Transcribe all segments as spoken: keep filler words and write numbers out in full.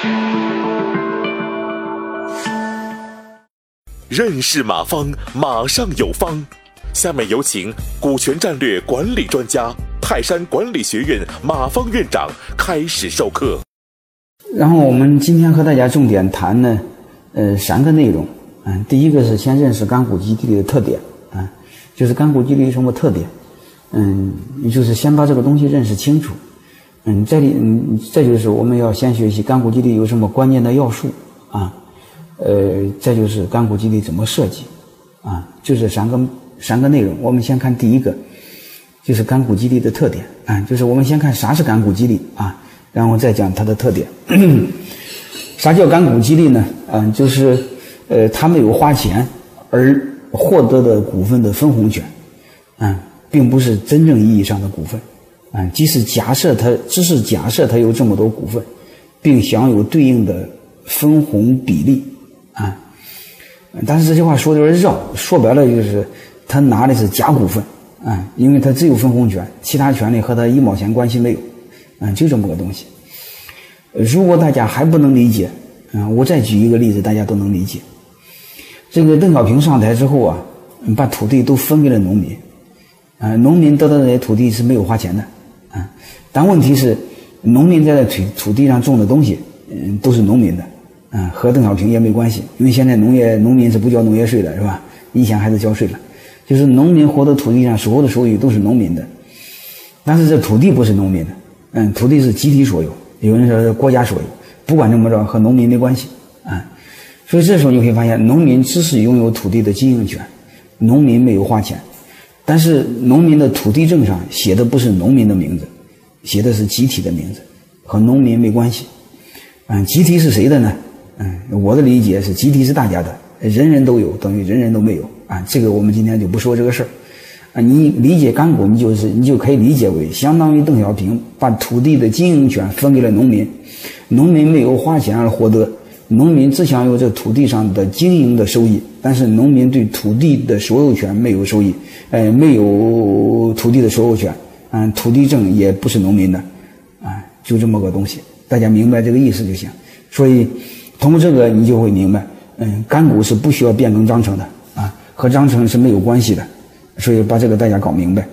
认识马方，马上有方。下面有请股权战略管理专家、泰山管理学院马方院长开始授课。 然后我们今天和大家重点谈呢，呃，三个内容。嗯，第一个是先认识干股基地的特点，啊，就是干股基地有什么特点？嗯，就是先把这个东西认识清楚。嗯，再嗯，再就是我们要先学习干股基地有什么关键的要素啊，呃，再就是干股基地怎么设计啊，就这三个三个内容。我们先看第一个，就是干股基地的特点啊，就是我们先看啥是干股激励啊，然后再讲它的特点。啥叫干股激励呢？啊，就是呃，他没有花钱而获得的股份的分红权，啊，并不是真正意义上的股份。啊，即使假设他，只是假设他有这么多股份，并享有对应的分红比例啊，但是这句话说的有点绕，说白了就是他拿的是假股份啊，因为他只有分红权，其他权利和他一毛钱关系没有，啊，就这么个东西。如果大家还不能理解，啊，我再举一个例子，大家都能理解。这个邓小平上台之后啊，把土地都分给了农民，啊，农民得到的那些土地是没有花钱的。啊，但问题是，农民在这土土地上种的东西，嗯，都是农民的，啊，和邓小平也没关系，因为现在农业农民是不交农业税的，是吧？以前还是交税了，就是农民获得土地上所有的收益都是农民的，但是这土地不是农民的，嗯，土地是集体所有，有人说是国家所有，不管怎么着，和农民没关系，啊，所以这时候你会发现，农民只是拥有土地的经营权，农民没有花钱。但是农民的土地证上写的不是农民的名字，写的是集体的名字，和农民没关系。嗯，集体是谁的呢？嗯，我的理解是集体是大家的，人人都有等于人人都没有啊。这个我们今天就不说这个事儿啊。你理解干股，你就是你就可以理解为相当于邓小平把土地的经营权分给了农民，农民没有花钱而获得。农民只享有这土地上的经营的收益，但是农民对土地的所有权没有收益，呃，没有土地的所有权，嗯，土地证也不是农民的，啊，就这么个东西，大家明白这个意思就行。所以通过这个你就会明白，嗯，干股是不需要变更章程的，啊，和章程是没有关系的，所以把这个大家搞明白。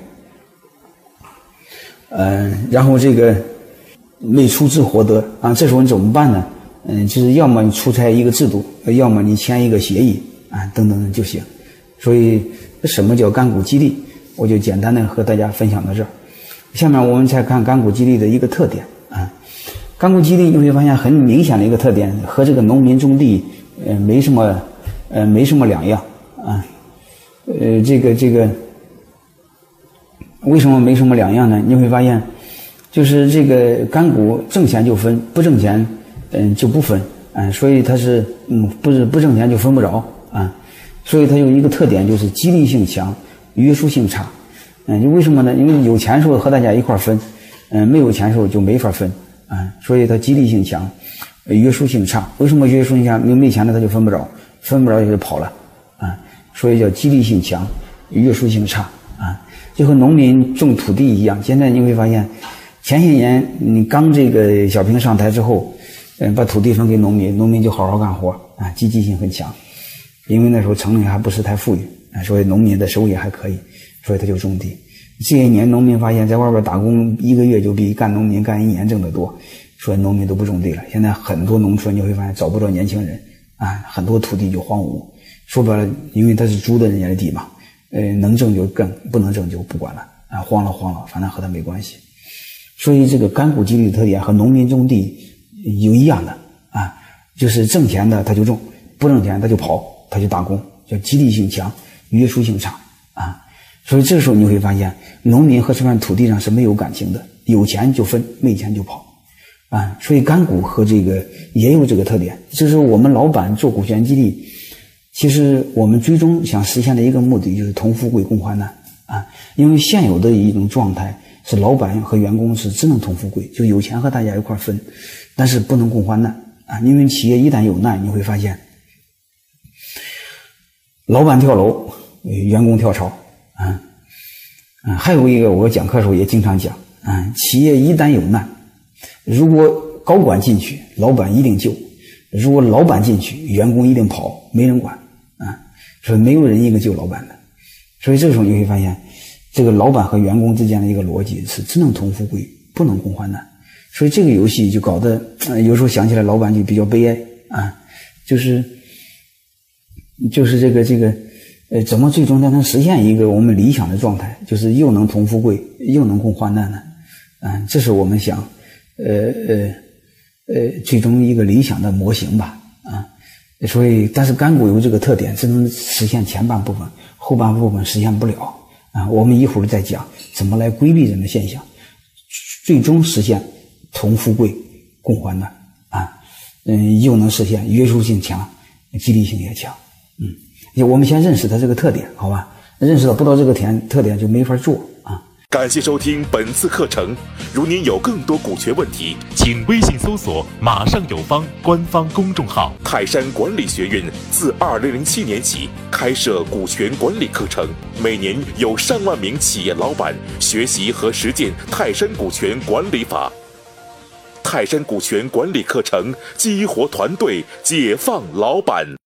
嗯，然后这个没出资获得啊，这时候你怎么办呢？嗯，就是要么你出台一个制度，要么你签一个协议啊，等等就行。所以什么叫干股激励，我就简单的和大家分享到这儿。下面我们再看干股激励的一个特点啊。干股激励你会发现很明显的一个特点，和这个农民种地呃没什么呃没什么两样啊。呃，这个这个为什么没什么两样呢？你会发现，就是这个干股挣钱就分，不挣钱。嗯，就不分，嗯，所以它是，嗯，不是不挣钱就分不着啊，所以它有一个特点就是激励性强，约束性差，嗯，为什么呢？因为有钱时候和大家一块分，嗯，没有钱时候就没法分，啊，所以它激励性强，约束性差。为什么约束性强？因为没钱了他就分不着，分不着就跑了，啊，所以叫激励性强，约束性差，啊，就和农民种土地一样。现在你会发现，前些年你刚这个小平上台之后。嗯，把土地分给农民，农民就好好干活啊，积极性很强。因为那时候城里还不是太富裕啊，所以农民的收益还可以，所以他就种地。这些年农民发现在外边打工一个月就比干农民干一年挣得多，所以农民都不种地了。现在很多农村你会发现找不着年轻人啊，很多土地就荒芜。说白了，因为他是租的人家的地嘛，呃，能挣就挣，不能挣就不管了啊，荒了荒了，反正和他没关系。所以这个干股激励的特点和农民种地有一样的啊，就是挣钱的他就种，不挣钱他就跑，他就打工，叫激励性强，约束性差啊。所以这时候你会发现，农民和这片土地上是没有感情的，有钱就分，没钱就跑啊。所以干股和这个也有这个特点，就是我们老板做股权激励，其实我们最终想实现的一个目的就是同富贵共患难啊。因为现有的一种状态是老板和员工是只能同富贵，就有钱和大家一块分，但是不能共患难啊！因为企业一旦有难，你会发现，老板跳楼，员工跳槽啊啊！还有一个，我讲课的时候也经常讲啊，企业一旦有难，如果高管进去，老板一定救；如果老板进去，员工一定跑，没人管啊。所以没有人一个救老板的。所以这个时候你会发现，这个老板和员工之间的一个逻辑是只能同富贵，不能共患难。所以这个游戏就搞得、呃、有时候想起来老板就比较悲哀啊，就是就是这个这个呃，怎么最终才能实现一个我们理想的状态，就是又能同富贵又能共患难呢？啊，这是我们想呃呃呃最终一个理想的模型吧啊。所以但是干股有这个特点，只能实现前半部分，后半部分实现不了啊。我们一会儿再讲怎么来规避这种现象，最终实现同富贵共患难啊。嗯，又能实现约束性强，激励性也强。嗯，我们先认识它这个特点，好吧？认识到不到这个点特点就没法做啊。 感谢收听本次课程。如您有更多股权问题，请微信搜索“马上有方”官方公众号。泰山管理学院自二零零七年起开设股权管理课程，每年有上万名企业老板学习和实践泰山股权管理法。泰山股权管理课程激活团队，解放老板。